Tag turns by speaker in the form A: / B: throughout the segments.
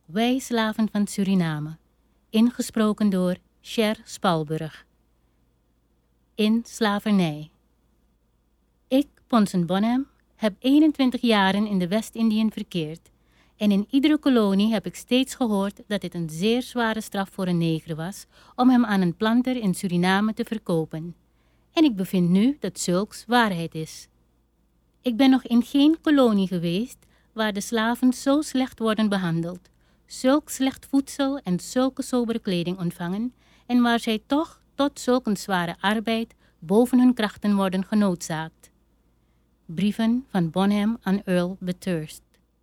A: Wij slaven van Suriname. Ingesproken door Cher Spalburg. In slavernij. Ik, Ponsen Bonham, heb 21 jaren in de West-Indiën verkeerd. En in iedere kolonie heb ik steeds gehoord dat het een zeer zware straf voor een neger was om hem aan een planter in Suriname te verkopen. En ik bevind nu dat zulks waarheid is. Ik ben nog in geen kolonie geweest waar de slaven zo slecht worden behandeld, zulk slecht voedsel en zulke sobere kleding ontvangen en waar zij toch tot zulk een zware arbeid boven hun krachten worden genoodzaakt. Brieven van Bonham aan Earl Bathurst.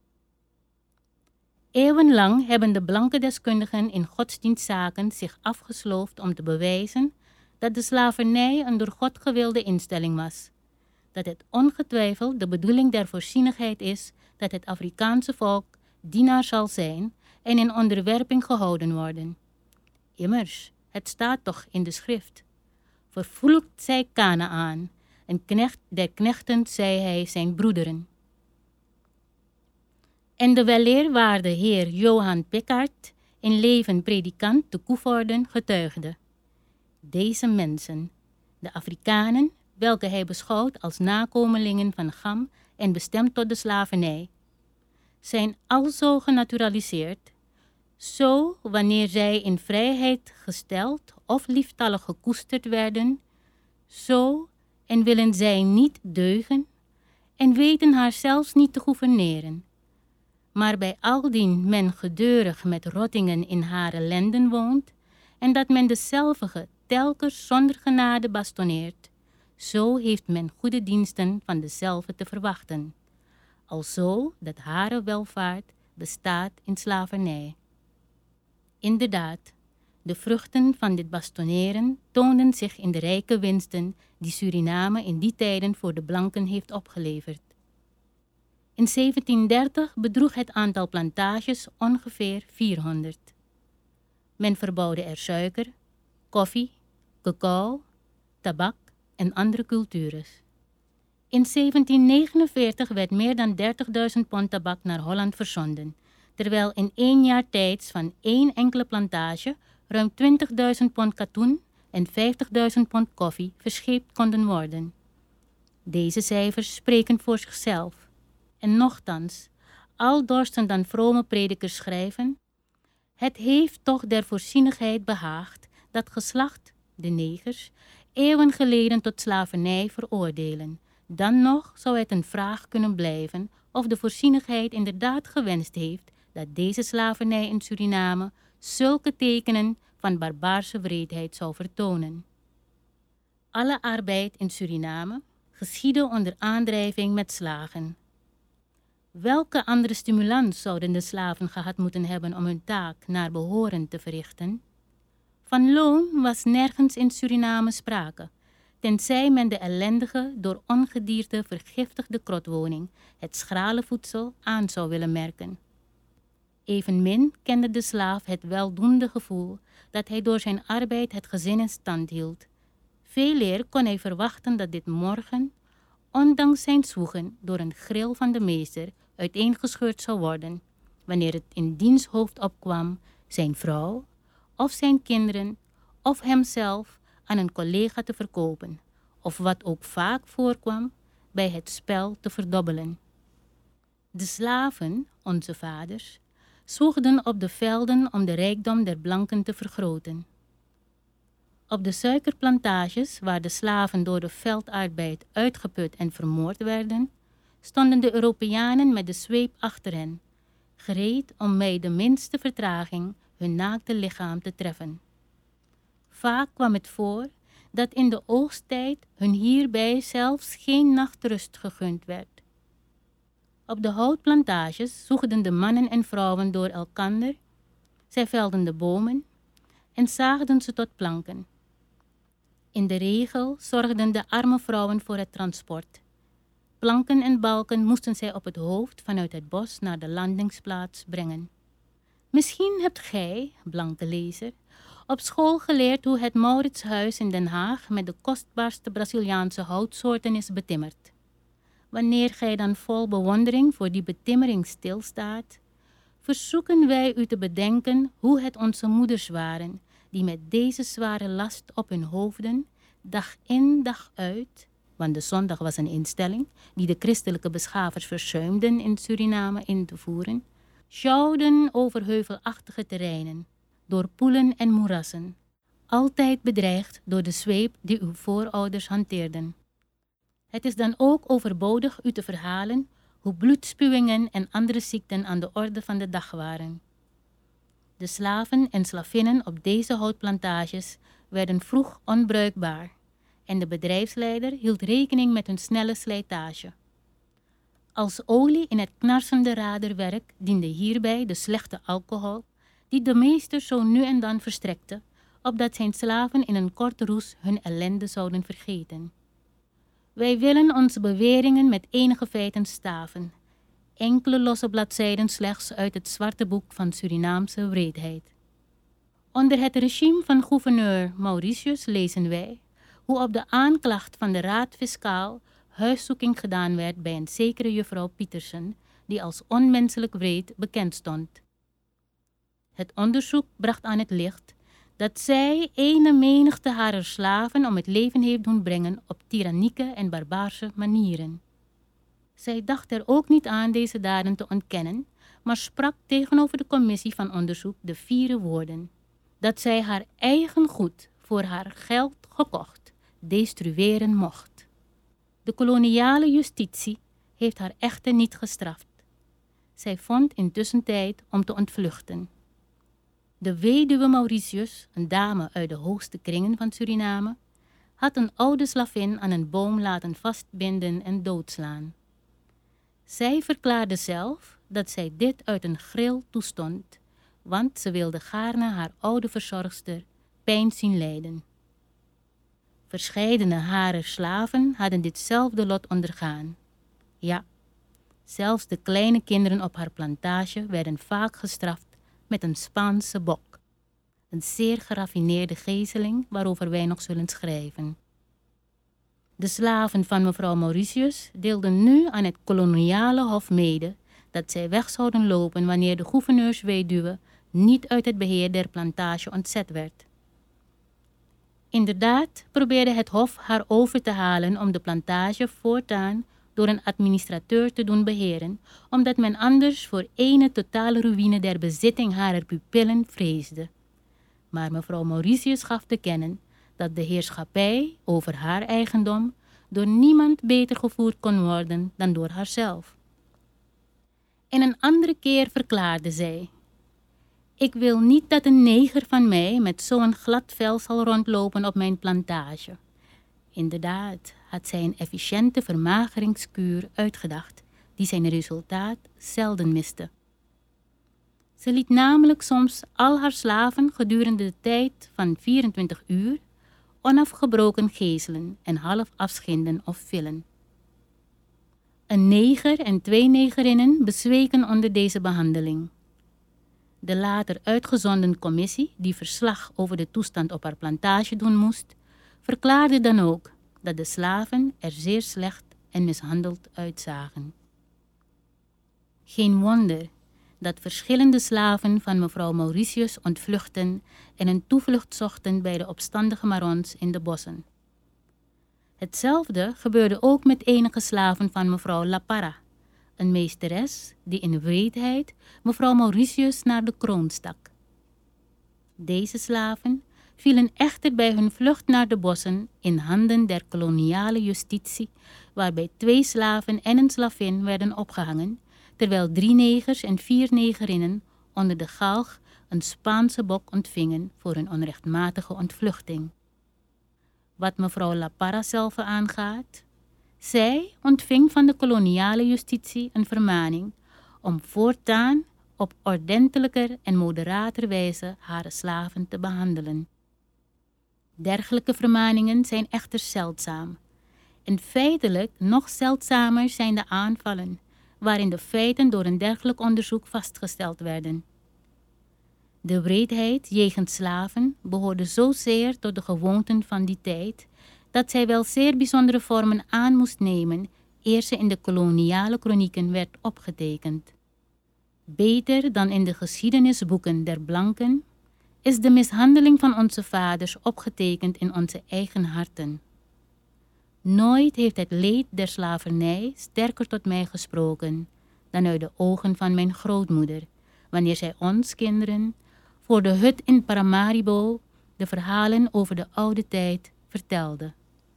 A: Eeuwenlang hebben de blanke deskundigen in godsdienstzaken zich afgesloofd om te bewijzen dat de slavernij een door God gewilde instelling was. Dat het ongetwijfeld de bedoeling der voorzienigheid is dat het Afrikaanse volk dienaar zal zijn en in onderwerping gehouden worden. Immers, het staat toch in de schrift. Vervloekt zij Kanaan, een knecht der knechten zei hij zijn broederen. En de weleerwaarde heer Johan Pickard, in leven predikant te Koevoorden, getuigde. Deze mensen, de Afrikanen, welke hij beschouwt als nakomelingen van Cham en bestemd tot de slavernij, zijn alzo genaturaliseerd, zo wanneer zij in vrijheid gesteld of lieftallig gekoesterd werden, zo en willen zij niet deugen en weten haar zelfs niet te gouverneren. Maar bij aldien men gedeurig met rottingen in hare lenden woont en dat men dezelvige telkens zonder genade bastoneert, zo heeft men goede diensten van dezelve te verwachten, alzo dat hare welvaart bestaat in slavernij. Inderdaad, de vruchten van dit bastoneren toonden zich in de rijke winsten die Suriname in die tijden voor de blanken heeft opgeleverd. In 1730 bedroeg het aantal plantages ongeveer 400. Men verbouwde er suiker, koffie, cacao, tabak en andere cultures. In 1749 werd meer dan 30.000 pond tabak naar Holland verzonden, terwijl in 1 jaar tijds van 1 enkele plantage ruim 20.000 pond katoen en 50.000 pond koffie verscheept konden worden. Deze cijfers spreken voor zichzelf. En nochtans, al dorsten dan vrome predikers schrijven, het heeft toch der voorzienigheid behaagd dat geslacht, de negers, eeuwen geleden tot slavernij veroordelen. Dan nog zou het een vraag kunnen blijven of de voorzienigheid inderdaad gewenst heeft dat deze slavernij in Suriname zulke tekenen van barbaarse wreedheid zou vertonen. Alle arbeid in Suriname geschiedde onder aandrijving met slagen. Welke andere stimulans zouden de slaven gehad moeten hebben om hun taak naar behoren te verrichten? Van loon was nergens in Suriname sprake, tenzij men de ellendige, door ongedierte vergiftigde krotwoning, het schrale voedsel, aan zou willen merken. Evenmin kende de slaaf het weldoende gevoel dat hij door zijn arbeid het gezin in stand hield. Veeleer kon hij verwachten dat dit morgen, ondanks zijn zwoegen, door een gril van de meester uiteengescheurd zou worden, wanneer het in diens hoofd opkwam zijn vrouw of zijn kinderen of hemzelf aan een collega te verkopen, of wat ook vaak voorkwam, bij het spel te verdobbelen. De slaven, onze vaders, zwoegden op de velden om de rijkdom der blanken te vergroten. Op de suikerplantages, waar de slaven door de veldarbeid uitgeput en vermoord werden, stonden de Europeanen met de zweep achter hen, gereed om bij de minste vertraging hun naakte lichaam te treffen. Vaak kwam het voor dat in de oogsttijd hun hierbij zelfs geen nachtrust gegund werd. Op de houtplantages zoegden de mannen en vrouwen door elkander, zij velden de bomen en zaagden ze tot planken. In de regel zorgden de arme vrouwen voor het transport. Planken en balken moesten zij op het hoofd vanuit het bos naar de landingsplaats brengen. Misschien hebt gij, blanke lezer, op school geleerd hoe het Mauritshuis in Den Haag met de kostbaarste Braziliaanse houtsoorten is betimmerd. Wanneer gij dan vol bewondering voor die betimmering stilstaat, verzoeken wij u te bedenken hoe het onze moeders waren, die met deze zware last op hun hoofden, dag in dag uit, want de zondag was een instelling die de christelijke beschavers verzuimden in Suriname in te voeren, sjouwden over heuvelachtige terreinen, door poelen en moerassen, altijd bedreigd door de zweep die uw voorouders hanteerden. Het is dan ook overbodig u te verhalen hoe bloedspuwingen en andere ziekten aan de orde van de dag waren. De slaven en slavinnen op deze houtplantages werden vroeg onbruikbaar en de bedrijfsleider hield rekening met hun snelle slijtage. Als olie in het knarsende raderwerk diende hierbij de slechte alcohol die de meester zo nu en dan verstrekte, opdat zijn slaven in een korte roes hun ellende zouden vergeten. Wij willen onze beweringen met enige feiten staven, enkele losse bladzijden slechts uit het zwarte boek van Surinaamse wreedheid. Onder het regime van gouverneur Mauritius lezen wij hoe op de aanklacht van de raad fiscaal huiszoeking gedaan werd bij een zekere juffrouw Pietersen, die als onmenselijk wreed bekend stond. Het onderzoek bracht aan het licht dat zij ene menigte harer slaven om het leven heeft doen brengen op tirannieke en barbaarse manieren. Zij dacht er ook niet aan deze daden te ontkennen, maar sprak tegenover de commissie van onderzoek de fiere woorden: dat zij haar eigen goed voor haar geld gekocht destrueren mocht. De koloniale justitie heeft haar echter niet gestraft. Zij vond intussen tijd om te ontvluchten. De weduwe Mauritius, een dame uit de hoogste kringen van Suriname, had een oude slavin aan een boom laten vastbinden en doodslaan. Zij verklaarde zelf dat zij dit uit een gril toestond, want ze wilde gaarne haar oude verzorgster pijn zien lijden. Verscheidene harer slaven hadden ditzelfde lot ondergaan. Ja, zelfs de kleine kinderen op haar plantage werden vaak gestraft met een Spaanse bok. Een zeer geraffineerde gezeling waarover wij nog zullen schrijven. De slaven van mevrouw Mauritius deelden nu aan het koloniale hof mede dat zij weg zouden lopen wanneer de gouverneursweduwe niet uit het beheer der plantage ontzet werd. Inderdaad probeerde het hof haar over te halen om de plantage voortaan door een administrateur te doen beheren, omdat men anders voor ene totale ruïne der bezitting harer pupillen vreesde. Maar mevrouw Mauritius gaf te kennen dat de heerschappij over haar eigendom door niemand beter gevoerd kon worden dan door haarzelf. En een andere keer verklaarde zij: ik wil niet dat een neger van mij met zo'n glad vel zal rondlopen op mijn plantage. Inderdaad had zij een efficiënte vermageringskuur uitgedacht, die zijn resultaat zelden miste. Ze liet namelijk soms al haar slaven gedurende de tijd van 24 uur onafgebroken gezelen en half afschinden of villen. Een neger en 2 negerinnen bezweken onder deze behandeling. De later uitgezonden commissie, die verslag over de toestand op haar plantage doen moest, verklaarde dan ook dat de slaven er zeer slecht en mishandeld uitzagen. Geen wonder dat verschillende slaven van mevrouw Mauritius ontvluchtten en een toevlucht zochten bij de opstandige Marons in de bossen. Hetzelfde gebeurde ook met enige slaven van mevrouw La Parra, een meesteres die in wreedheid mevrouw Mauritius naar de kroon stak. Deze slaven vielen echter bij hun vlucht naar de bossen in handen der koloniale justitie, waarbij 2 slaven en een slavin werden opgehangen, terwijl 3 negers en 4 negerinnen onder de galg een Spaanse bok ontvingen voor hun onrechtmatige ontvluchting. Wat mevrouw La Parra zelf aangaat, zij ontving van de koloniale justitie een vermaning om voortaan op ordentelijker en moderater wijze haar slaven te behandelen. Dergelijke vermaningen zijn echter zeldzaam. En feitelijk nog zeldzamer zijn de aanvallen, waarin de feiten door een dergelijk onderzoek vastgesteld werden. De wreedheid jegens slaven behoorde zozeer tot de gewoonten van die tijd, dat zij wel zeer bijzondere vormen aan moest nemen, eer ze in de koloniale kronieken werd opgetekend. Beter dan in de geschiedenisboeken der blanken is de mishandeling van onze vaders opgetekend in onze eigen harten. Nooit heeft het leed der slavernij sterker tot mij gesproken dan uit de ogen van mijn grootmoeder, wanneer zij ons kinderen voor de hut in Paramaribo de verhalen over de oude tijd vertelde.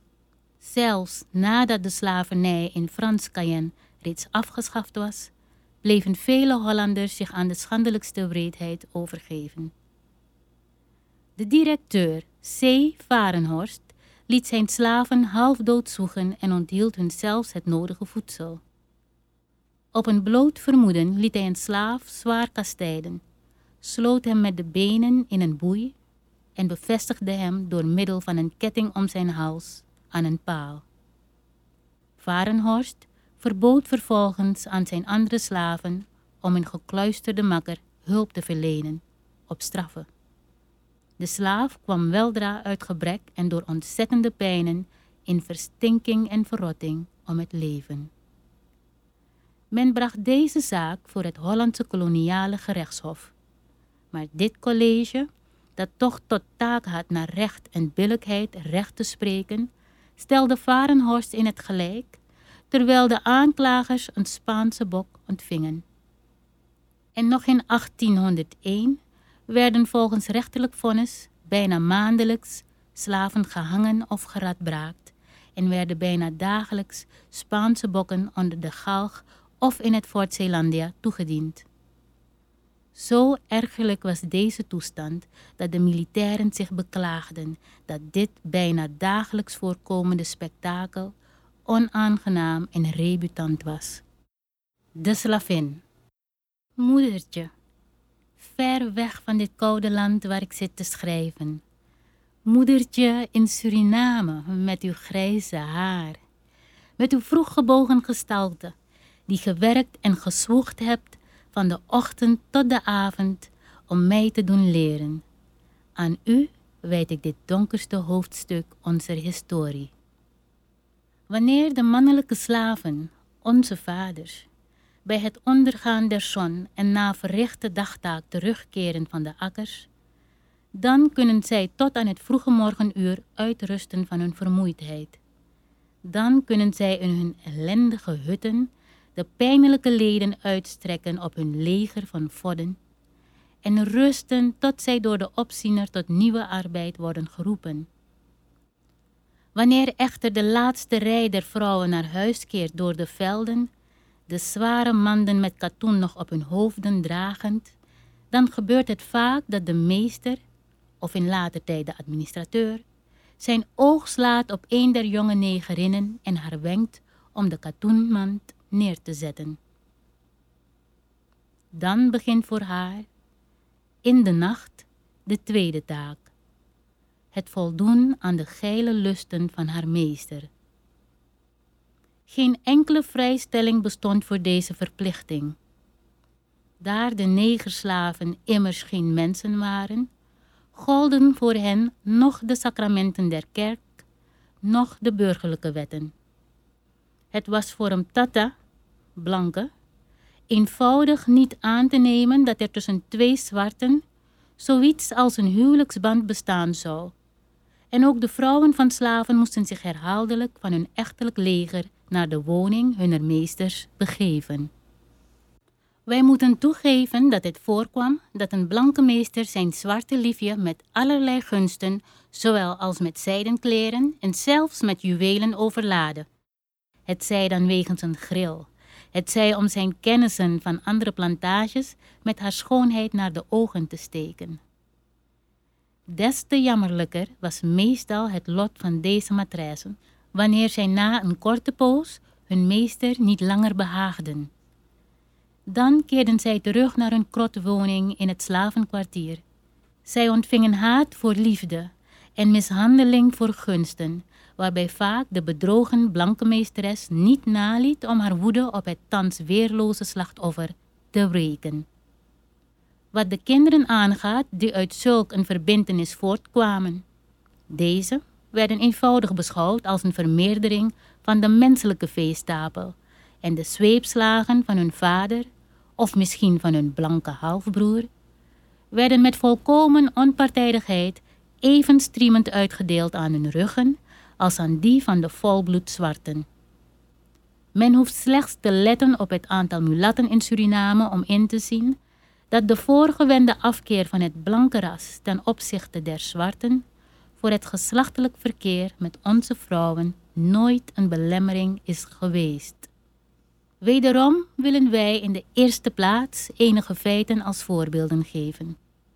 A: Zelfs nadat de slavernij in Frans-Cayenne reeds afgeschaft was, bleven vele Hollanders zich aan de schandelijkste wreedheid overgeven. De directeur C. Varenhorst liet zijn slaven halfdood zwoegen en onthield hun zelfs het nodige voedsel. Op een bloot vermoeden liet hij een slaaf zwaar kastijden, sloot hem met de benen in een boei en bevestigde hem door middel van een ketting om zijn hals aan een paal. Varenhorst verbood vervolgens aan zijn andere slaven om een gekluisterde makker hulp te verlenen, op straffe. De slaaf kwam weldra uit gebrek en door ontzettende pijnen in verstinking en verrotting om het leven. Men bracht deze zaak voor het Hollandse koloniale gerechtshof. Maar dit college, dat toch tot taak had naar recht en billijkheid recht te spreken, stelde Varenhorst in het gelijk, terwijl de aanklagers een Spaanse bok ontvingen. En nog in 1801 werden volgens rechterlijk vonnis bijna maandelijks slaven gehangen of geradbraakt en werden bijna dagelijks Spaanse bokken onder de galg of in het Fort Zeelandia toegediend. Zo ergerlijk was deze toestand dat de militairen zich beklaagden dat dit bijna dagelijks voorkomende spektakel onaangenaam en rebutant was. De slavin. Moedertje, ver weg van dit koude land waar ik zit te schrijven. Moedertje in Suriname met uw grijze haar. Met uw vroeggebogen gestalte, die gewerkt en gezwoegd hebt van de ochtend tot de avond om mij te doen leren. Aan u wijd ik dit donkerste hoofdstuk onze historie. Wanneer de mannelijke slaven, onze vaders, bij het ondergaan der zon en na verrichte dagtaak terugkeren van de akkers, dan kunnen zij tot aan het vroege morgenuur uitrusten van hun vermoeidheid. Dan kunnen zij in hun ellendige hutten de pijnlijke leden uitstrekken op hun leger van vodden en rusten tot zij door de opziener tot nieuwe arbeid worden geroepen. Wanneer echter de laatste rij der vrouwen naar huis keert door de velden, de zware manden met katoen nog op hun hoofden dragend, dan gebeurt het vaak dat de meester, of in later tijd de administrateur, zijn oog slaat op een der jonge negerinnen en haar wenkt om de katoenmand neer te zetten. Dan begint voor haar, in de nacht, de tweede taak. Het voldoen aan de geile lusten van haar meester. Geen enkele vrijstelling bestond voor deze verplichting. Daar de negerslaven immers geen mensen waren, golden voor hen noch de sacramenten der kerk, noch de burgerlijke wetten. Het was voor een tata, blanke, eenvoudig niet aan te nemen dat er tussen twee zwarten zoiets als een huwelijksband bestaan zou. En ook de vrouwen van slaven moesten zich herhaaldelijk van hun echtelijk leger naar de woning hunner meesters begeven. Wij moeten toegeven dat het voorkwam dat een blanke meester zijn zwarte liefje met allerlei gunsten, zowel als met zijden kleren en zelfs met juwelen overlaadde. Het zij dan wegens een gril, het zij om zijn kennissen van andere plantages met haar schoonheid naar de ogen te steken. Des te jammerlijker was meestal het lot van deze matressen, wanneer zij na een korte poos hun meester niet langer behaagden. Dan keerden zij terug naar hun krotwoning in het slavenkwartier. Zij ontvingen haat voor liefde en mishandeling voor gunsten, waarbij vaak de bedrogen blanke meesteres niet naliet om haar woede op het thans weerloze slachtoffer te wreken. Wat de kinderen aangaat die uit zulk een verbintenis voortkwamen. Deze werden eenvoudig beschouwd als een vermeerdering van de menselijke veestapel en de zweepslagen van hun vader of misschien van hun blanke halfbroer, werden met volkomen onpartijdigheid even striemend uitgedeeld aan hun ruggen als aan die van de volbloedzwarten. Men hoeft slechts te letten op het aantal mulatten in Suriname om in te zien dat de voorgewende afkeer van het blanke ras ten opzichte der zwarten voor het geslachtelijk verkeer met onze vrouwen nooit een belemmering is geweest. Wederom willen wij in de eerste plaats enige feiten als voorbeelden geven.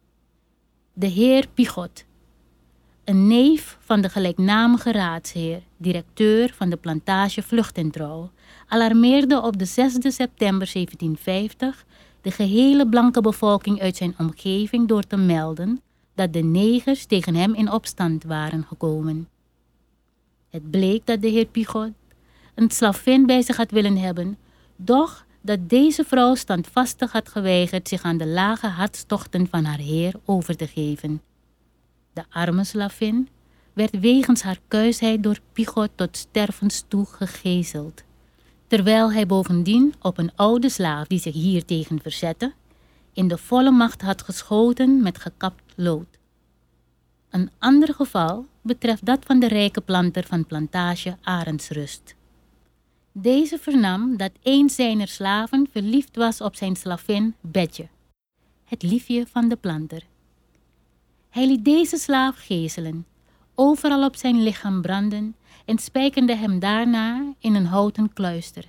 A: De heer Pigot, een neef van de gelijknamige raadsheer, directeur van de plantage Vlucht en Trouw, alarmeerde op de 6 september 1750 de gehele blanke bevolking uit zijn omgeving door te melden dat de negers tegen hem in opstand waren gekomen. Het bleek dat de heer Pigot een slavin bij zich had willen hebben, doch dat deze vrouw standvastig had geweigerd zich aan de lage hartstochten van haar heer over te geven. De arme slavin werd wegens haar kuisheid door Pigot tot stervens toe gegezeld, terwijl hij bovendien op een oude slaaf die zich hiertegen verzette, in de volle macht had geschoten met gekapt lood. Een ander geval betreft dat van de rijke planter van plantage Arendsrust. Deze vernam dat een zijner slaven verliefd was op zijn slavin Betje, het liefje van de planter. Hij liet deze slaaf gezelen, overal op zijn lichaam branden en spijkerde hem daarna in een houten kluister.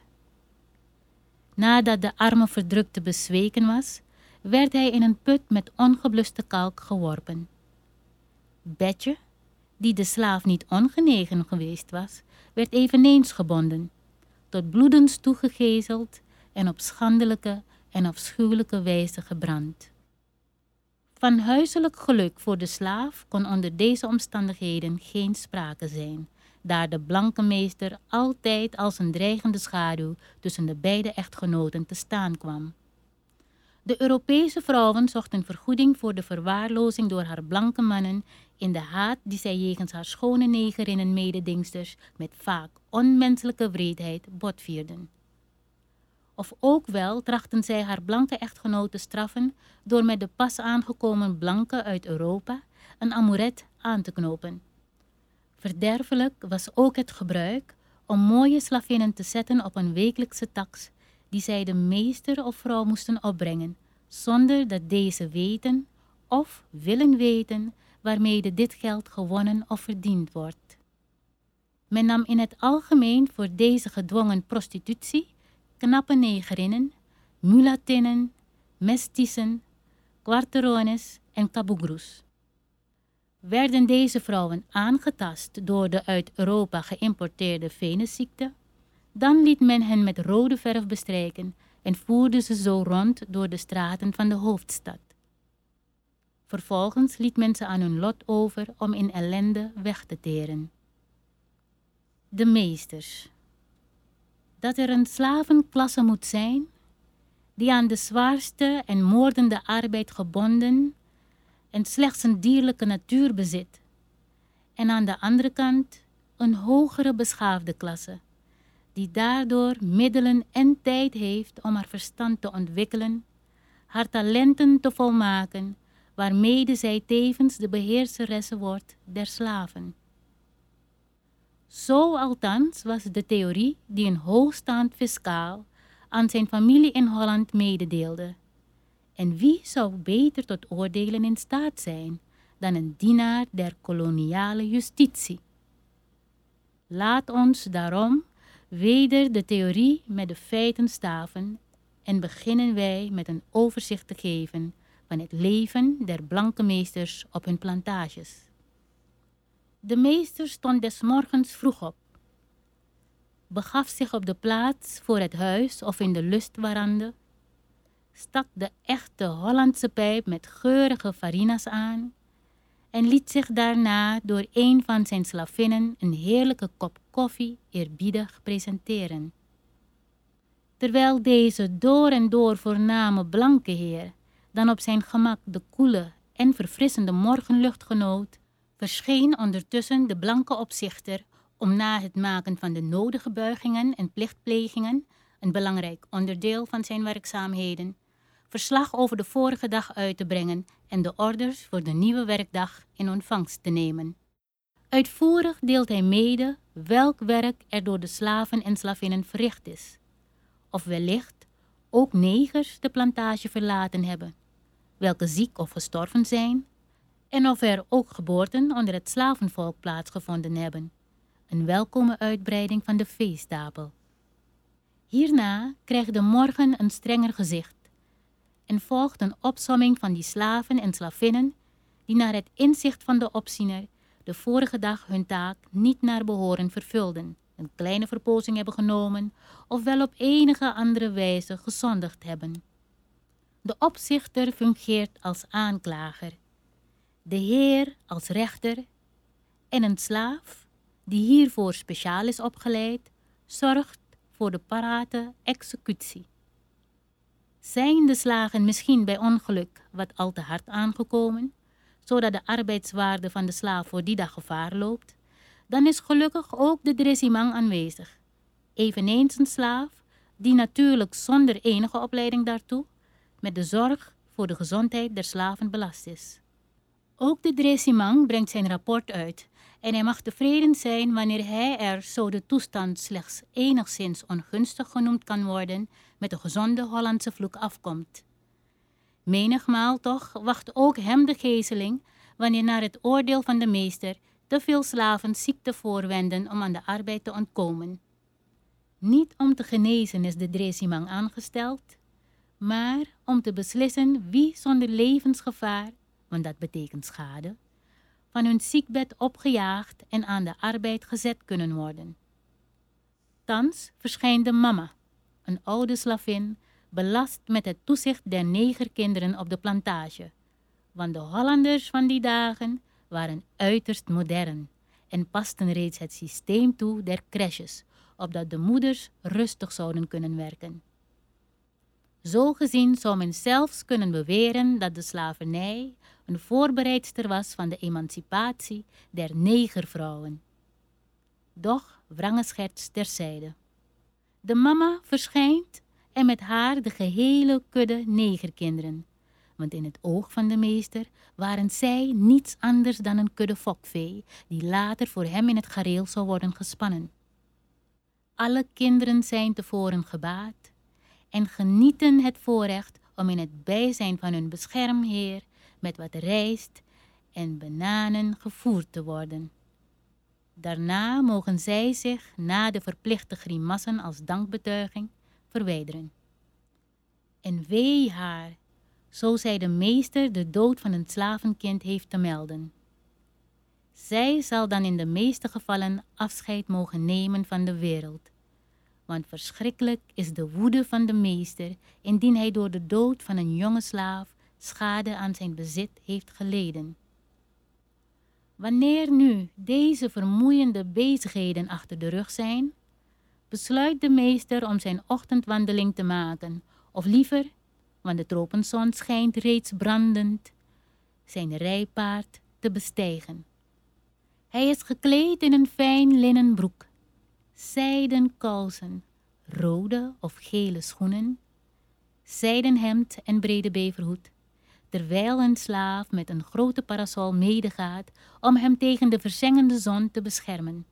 A: Nadat de arme verdrukte bezweken was, werd hij in een put met ongebluste kalk geworpen. Betje, die de slaaf niet ongenegen geweest was, werd eveneens gebonden, tot bloedens toegegezeld en op schandelijke en afschuwelijke wijze gebrand. Van huiselijk geluk voor de slaaf kon onder deze omstandigheden geen sprake zijn, daar de blanke meester altijd als een dreigende schaduw tussen de beide echtgenoten te staan kwam. De Europese vrouwen zochten vergoeding voor de verwaarlozing door haar blanke mannen in de haat die zij jegens haar schone negerinnen mededingsters met vaak onmenselijke wreedheid botvierden. Of ook wel trachten zij haar blanke echtgenoot te straffen door met de pas aangekomen blanke uit Europa een amouret aan te knopen. Verderfelijk was ook het gebruik om mooie slavinnen te zetten op een wekelijkse tax die zij de meester of vrouw moesten opbrengen, zonder dat deze weten of willen weten waarmede dit geld gewonnen of verdiend wordt. Men nam in het algemeen voor deze gedwongen prostitutie knappe negerinnen, mulatinnen, mestizen, quarterones en cabugrus. Werden deze vrouwen aangetast door de uit Europa geïmporteerde venusziekte, dan liet men hen met rode verf bestrijken en voerde ze zo rond door de straten van de hoofdstad. Vervolgens liet men ze aan hun lot over om in ellende weg te teren. De meesters. Dat er een slavenklasse moet zijn die aan de zwaarste en moordende arbeid gebonden en slechts een dierlijke natuur bezit, en aan de andere kant een hogere beschaafde klasse die daardoor middelen en tijd heeft om haar verstand te ontwikkelen, haar talenten te volmaken, waarmede zij tevens de beheerseresse wordt der slaven. Zo althans was de theorie die een hoogstaand fiscaal aan zijn familie in Holland mededeelde. En wie zou beter tot oordelen in staat zijn dan een dienaar der koloniale justitie? Laat ons daarom weder de theorie met de feiten staven en beginnen wij met een overzicht te geven van het leven der blanke meesters op hun plantages. De meester stond des morgens vroeg op, begaf zich op de plaats voor het huis of in de lustwarande, stak de echte Hollandse pijp met geurige farinas aan en liet zich daarna door een van zijn slavinnen een heerlijke kop koffie eerbiedig presenteren. Terwijl deze door en door voorname blanke heer dan op zijn gemak de koele en verfrissende morgenlucht genoot, verscheen ondertussen de blanke opzichter om na het maken van de nodige buigingen en plichtplegingen, een belangrijk onderdeel van zijn werkzaamheden, verslag over de vorige dag uit te brengen en de orders voor de nieuwe werkdag in ontvangst te nemen. Uitvoerig deelt hij mede welk werk er door de slaven en slavinnen verricht is, of wellicht ook negers de plantage verlaten hebben, welke ziek of gestorven zijn, en of er ook geboorten onder het slavenvolk plaatsgevonden hebben, een welkome uitbreiding van de veestapel. Hierna krijgt de morgen een strenger gezicht en volgt een opsomming van die slaven en slavinnen die naar het inzicht van de opziener de vorige dag hun taak niet naar behoren vervulden, een kleine verpozing hebben genomen of wel op enige andere wijze gezondigd hebben. De opzichter fungeert als aanklager, de heer als rechter en een slaaf, die hiervoor speciaal is opgeleid, zorgt voor de parate executie. Zijn de slagen misschien bij ongeluk wat al te hard aangekomen, zodat de arbeidswaarde van de slaaf voor die dag gevaar loopt, dan is gelukkig ook de dressimang aanwezig. Eveneens een slaaf, die natuurlijk zonder enige opleiding daartoe, met de zorg voor de gezondheid der slaven belast is. Ook de dressimang brengt zijn rapport uit en hij mag tevreden zijn wanneer hij er, zo de toestand slechts enigszins ongunstig genoemd kan worden, met de gezonde Hollandse vloek afkomt. Menigmaal toch wacht ook hem de gezeling, wanneer naar het oordeel van de meester te veel slaven ziekte voorwenden om aan de arbeid te ontkomen. Niet om te genezen is de dressimang aangesteld, maar om te beslissen wie zonder levensgevaar, want dat betekent schade, van hun ziekbed opgejaagd en aan de arbeid gezet kunnen worden. Thans verschijnt de mama, een oude slavin, belast met het toezicht der negerkinderen op de plantage, want de Hollanders van die dagen waren uiterst modern en pasten reeds het systeem toe der crèches, opdat de moeders rustig zouden kunnen werken. Zo gezien zou men zelfs kunnen beweren dat de slavernij een voorbereidster was van de emancipatie der negervrouwen. Doch wrange scherts terzijde. De mama verschijnt en met haar de gehele kudde negerkinderen, want in het oog van de meester waren zij niets anders dan een kudde fokvee, die later voor hem in het gareel zou worden gespannen. Alle kinderen zijn tevoren gebaat en genieten het voorrecht om in het bijzijn van hun beschermheer met wat rijst en bananen gevoerd te worden. Daarna mogen zij zich na de verplichte grimassen als dankbetuiging verwijderen. En wee haar, zo zij de meester de dood van een slavenkind heeft te melden. Zij zal dan in de meeste gevallen afscheid mogen nemen van de wereld, want verschrikkelijk is de woede van de meester indien hij door de dood van een jonge slaaf schade aan zijn bezit heeft geleden. Wanneer nu deze vermoeiende bezigheden achter de rug zijn, besluit de meester om zijn ochtendwandeling te maken, of liever, want de tropenzon schijnt reeds brandend, zijn rijpaard te bestijgen. Hij is gekleed in een fijn linnen broek, zijden kousen, rode of gele schoenen, zijden hemd en brede beverhoed, terwijl een slaaf met een grote parasol medegaat om hem tegen de verzengende zon te beschermen.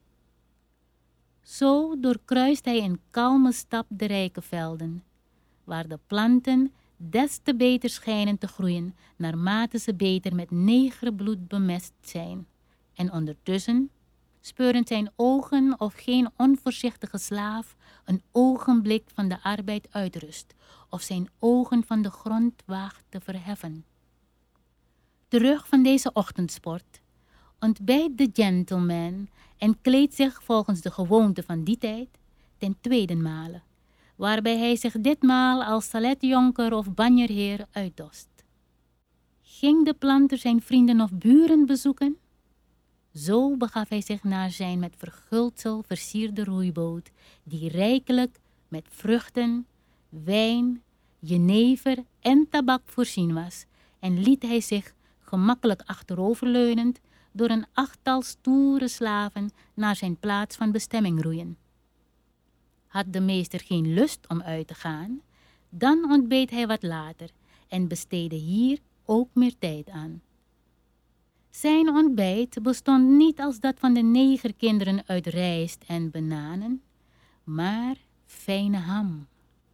A: Zo doorkruist hij in kalme stap de rijke velden, waar de planten des te beter schijnen te groeien, naarmate ze beter met negerbloed bemest zijn. En ondertussen speuren zijn ogen of geen onvoorzichtige slaaf een ogenblik van de arbeid uitrust, of zijn ogen van de grond waagt te verheffen. Terug van deze ochtendsport ontbijt de gentleman en kleedt zich volgens de gewoonte van die tijd ten tweede male, waarbij hij zich ditmaal als saletjonker of banjerheer uitdost. Ging de planter zijn vrienden of buren bezoeken? Zo begaf hij zich naar zijn met verguldsel versierde roeiboot, die rijkelijk met vruchten, wijn, jenever en tabak voorzien was, en liet hij zich, gemakkelijk achteroverleunend, door een achttal stoere slaven naar zijn plaats van bestemming roeien. Had de meester geen lust om uit te gaan, dan ontbeet hij wat later en besteedde hier ook meer tijd aan. Zijn ontbijt bestond niet als dat van de negerkinderen uit rijst en bananen, maar fijne ham,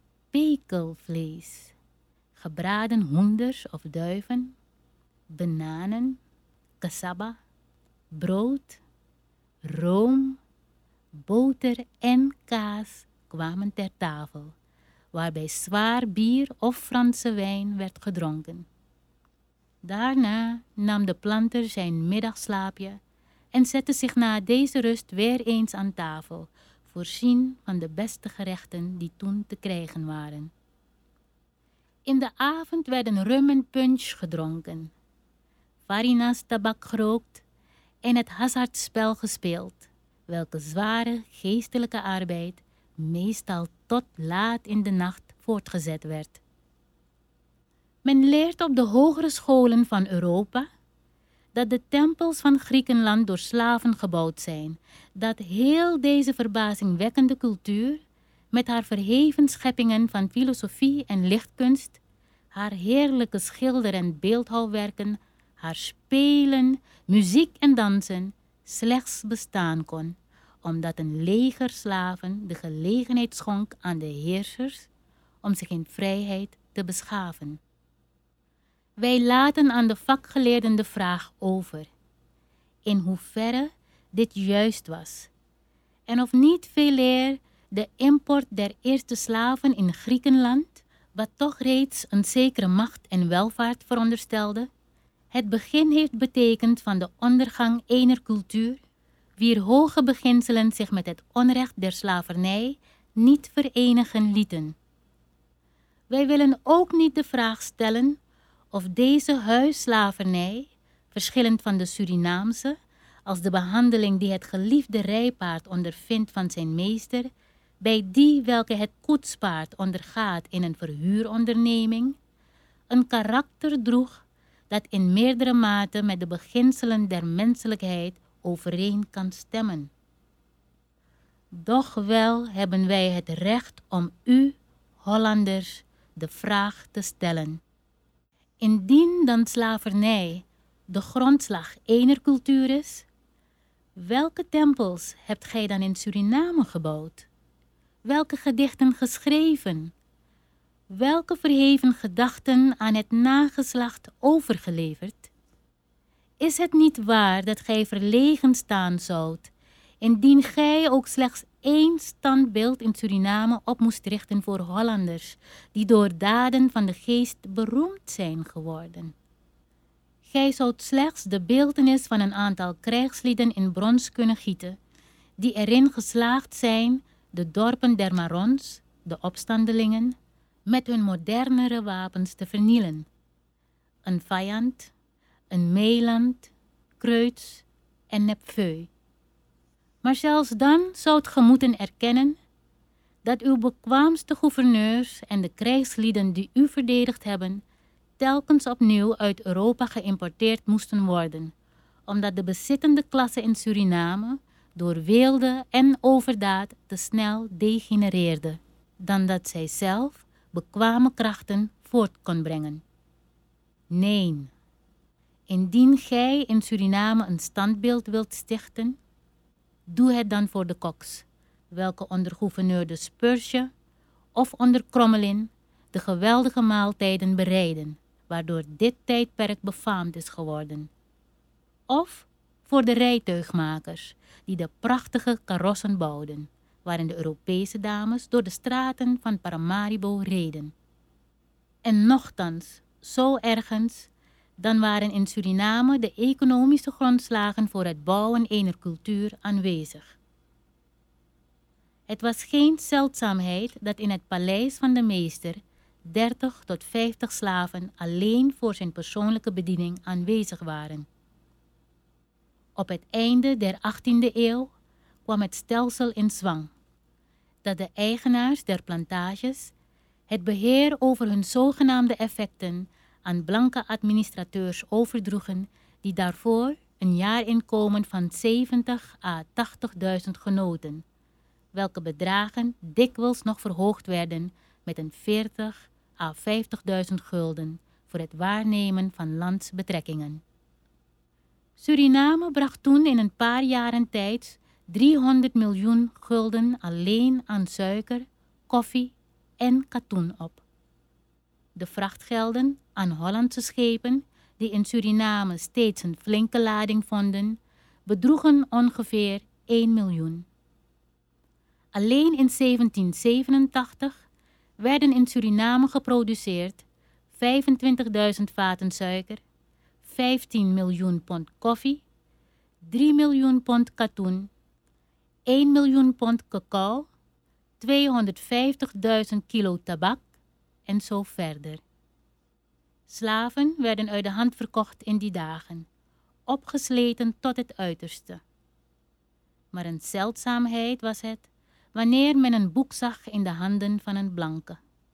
A: pekelvlees, gebraden hoenders of duiven, bananen, cassaba, brood, room, boter en kaas kwamen ter tafel, waarbij zwaar bier of Franse wijn werd gedronken. Daarna nam de planter zijn middagslaapje en zette zich na deze rust weer eens aan tafel, voorzien van de beste gerechten die toen te krijgen waren. In de avond werden rum en punch gedronken, Farinas tabak gerookt en het hazardspel gespeeld, welke zware geestelijke arbeid meestal tot laat in de nacht voortgezet werd. Men leert op de hogere scholen van Europa dat de tempels van Griekenland door slaven gebouwd zijn, dat heel deze verbazingwekkende cultuur met haar verheven scheppingen van filosofie en lichtkunst, haar heerlijke schilder- en beeldhouwwerken, haar spelen, muziek en dansen slechts bestaan kon, omdat een leger slaven de gelegenheid schonk aan de heersers om zich in vrijheid te beschaven. Wij laten aan de vakgeleerden de vraag over, in hoeverre dit juist was, en of niet veeleer de import der eerste slaven in Griekenland, wat toch reeds een zekere macht en welvaart veronderstelde, het begin heeft betekend van de ondergang ener cultuur, wier hoge beginselen zich met het onrecht der slavernij niet verenigen lieten. Wij willen ook niet de vraag stellen of deze huisslavernij, verschillend van de Surinaamse, als de behandeling die het geliefde rijpaard ondervindt van zijn meester, bij die welke het koetspaard ondergaat in een verhuuronderneming, een karakter droeg dat in meerdere mate met de beginselen der menselijkheid overeen kan stemmen. Doch wel hebben wij het recht om u, Hollanders, de vraag te stellen. Indien dan slavernij de grondslag ener cultuur is, welke tempels hebt gij dan in Suriname gebouwd? Welke gedichten geschreven? Welke verheven gedachten aan het nageslacht overgeleverd? Is het niet waar dat gij verlegen staan zoudt, indien gij ook slechts één standbeeld in Suriname op moest richten voor Hollanders, die door daden van de geest beroemd zijn geworden? Gij zoudt slechts de beeltenis van een aantal krijgslieden in brons kunnen gieten, die erin geslaagd zijn de dorpen der Marons, de opstandelingen, met hun modernere wapens te vernielen. Een vijand, een Meeland, Kreuts en Nepfeu. Maar zelfs dan zoudt ge moeten erkennen dat uw bekwaamste gouverneurs en de krijgslieden die u verdedigd hebben, telkens opnieuw uit Europa geïmporteerd moesten worden, omdat de bezittende klasse in Suriname door weelde en overdaad te snel degenereerde, dan dat zij zelf bekwame krachten voort kon brengen. Nee, indien gij in Suriname een standbeeld wilt stichten, doe het dan voor de koks, welke onder gouverneur de Spurge of onder Crommelin de geweldige maaltijden bereiden, waardoor dit tijdperk befaamd is geworden. Of voor de rijtuigmakers, die de prachtige karossen bouwden, waarin de Europese dames door de straten van Paramaribo reden. En nochtans, zo ergens, dan waren in Suriname de economische grondslagen voor het bouwen ener cultuur aanwezig. Het was geen zeldzaamheid dat in het paleis van de meester 30 tot 50 slaven alleen voor zijn persoonlijke bediening aanwezig waren. Op het einde der 18e eeuw kwam het stelsel in zwang, dat de eigenaars der plantages het beheer over hun zogenaamde effecten aan blanke administrateurs overdroegen die daarvoor een jaarinkomen van 70 à 80.000 genoten, welke bedragen dikwijls nog verhoogd werden met een 40 à 50.000 gulden voor het waarnemen van landsbetrekkingen. Suriname bracht toen in een paar jaren tijd 300 miljoen gulden alleen aan suiker, koffie en katoen op. De vrachtgelden aan Hollandse schepen, die in Suriname steeds een flinke lading vonden, bedroegen ongeveer 1 miljoen. Alleen in 1787 werden in Suriname geproduceerd 25.000 vaten suiker, 15 miljoen pond koffie, 3 miljoen pond katoen, 1 miljoen pond cacao, 250.000 kilo tabak en zo verder. Slaven werden uit de hand verkocht in die dagen, opgesleten tot het uiterste. Maar een zeldzaamheid was het wanneer men een boek zag in de handen van een blanke.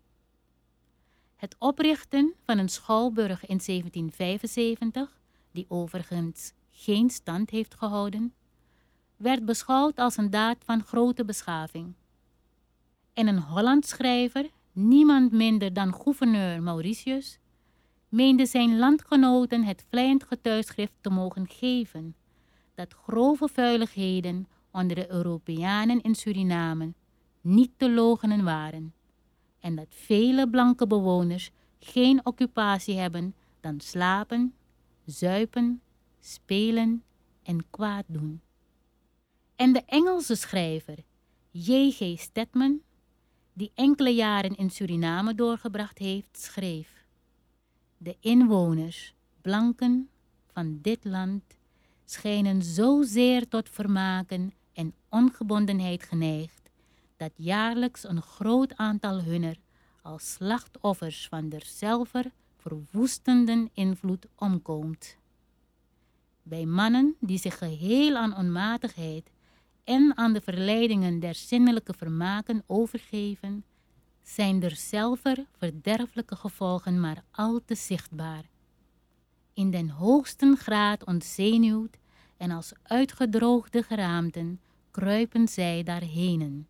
A: Het oprichten van een schouwburg in 1775, die overigens geen stand heeft gehouden, werd beschouwd als een daad van grote beschaving. En een Hollands schrijver, niemand minder dan gouverneur Mauritius, meende zijn landgenoten het vleiend getuigschrift te mogen geven dat grove vuiligheden onder de Europeanen in Suriname niet te loochenen waren en dat vele blanke bewoners geen occupatie hebben dan slapen, zuipen, spelen en kwaad doen. En de Engelse schrijver J.G. Stedman, die enkele jaren in Suriname doorgebracht heeft, schreef: de inwoners, blanken, van dit land schijnen zozeer tot vermaken en ongebondenheid geneigd, dat jaarlijks een groot aantal hunner als slachtoffers van derzelver verwoestenden invloed omkomt. Bij mannen die zich geheel aan onmatigheid en aan de verleidingen der zinnelijke vermaken overgeven, zijn derzelver verderfelijke gevolgen maar al te zichtbaar. In den hoogsten graad ontzenuwd en als uitgedroogde geraamten kruipen zij daarhenen.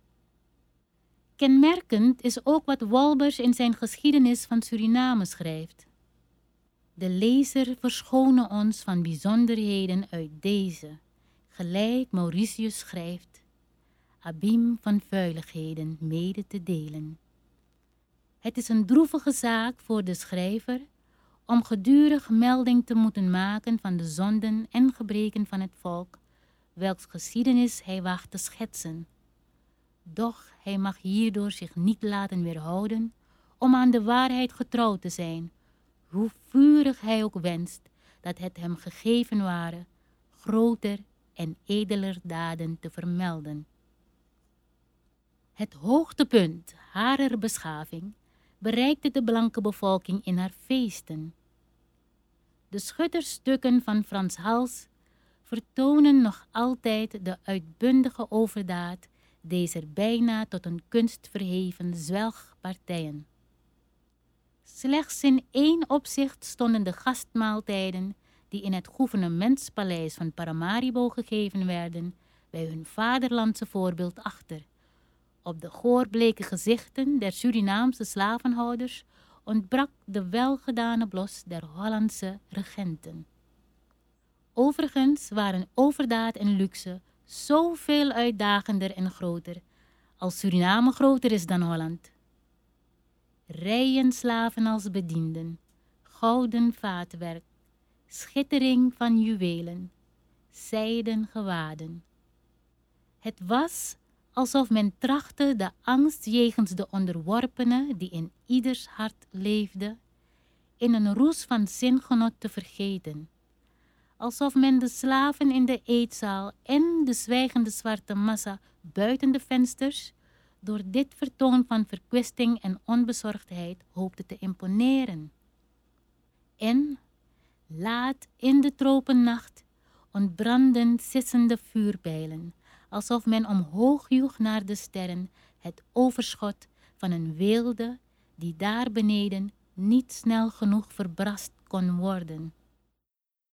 A: Kenmerkend is ook wat Wolbers in zijn geschiedenis van Suriname schrijft. De lezer verschone ons van bijzonderheden uit deze, gelijk Mauritius schrijft, abiem van vuiligheden mede te delen. Het is een droevige zaak voor de schrijver om gedurig melding te moeten maken van de zonden en gebreken van het volk, welks geschiedenis hij waagt te schetsen. Doch hij mag hierdoor zich niet laten weerhouden om aan de waarheid getrouw te zijn, hoe vurig hij ook wenst dat het hem gegeven ware, groter en edeler daden te vermelden. Het hoogtepunt harer beschaving bereikte de blanke bevolking in haar feesten. De schutterstukken van Frans Hals vertonen nog altijd de uitbundige overdaad dezer bijna tot een kunst verheven zwelgpartijen. Slechts in één opzicht stonden de gastmaaltijden die in het gouvernementspaleis van Paramaribo gegeven werden bij hun vaderlandse voorbeeld achter. Op de goorbleke gezichten der Surinaamse slavenhouders ontbrak de welgedane blos der Hollandse regenten. Overigens waren overdaad en luxe zoveel uitdagender en groter, als Suriname groter is dan Holland. Rijen slaven als bedienden, gouden vaatwerk, schittering van juwelen, zijden gewaden. Het was alsof men trachtte de angst jegens de onderworpene die in ieders hart leefde, in een roes van zingenot te vergeten. Alsof men de slaven in de eetzaal en de zwijgende zwarte massa buiten de vensters door dit vertoon van verkwisting en onbezorgdheid hoopte te imponeren. En, laat in de tropennacht, ontbrandden sissende vuurpijlen, alsof men omhoog joeg naar de sterren het overschot van een weelde die daar beneden niet snel genoeg verbrast kon worden.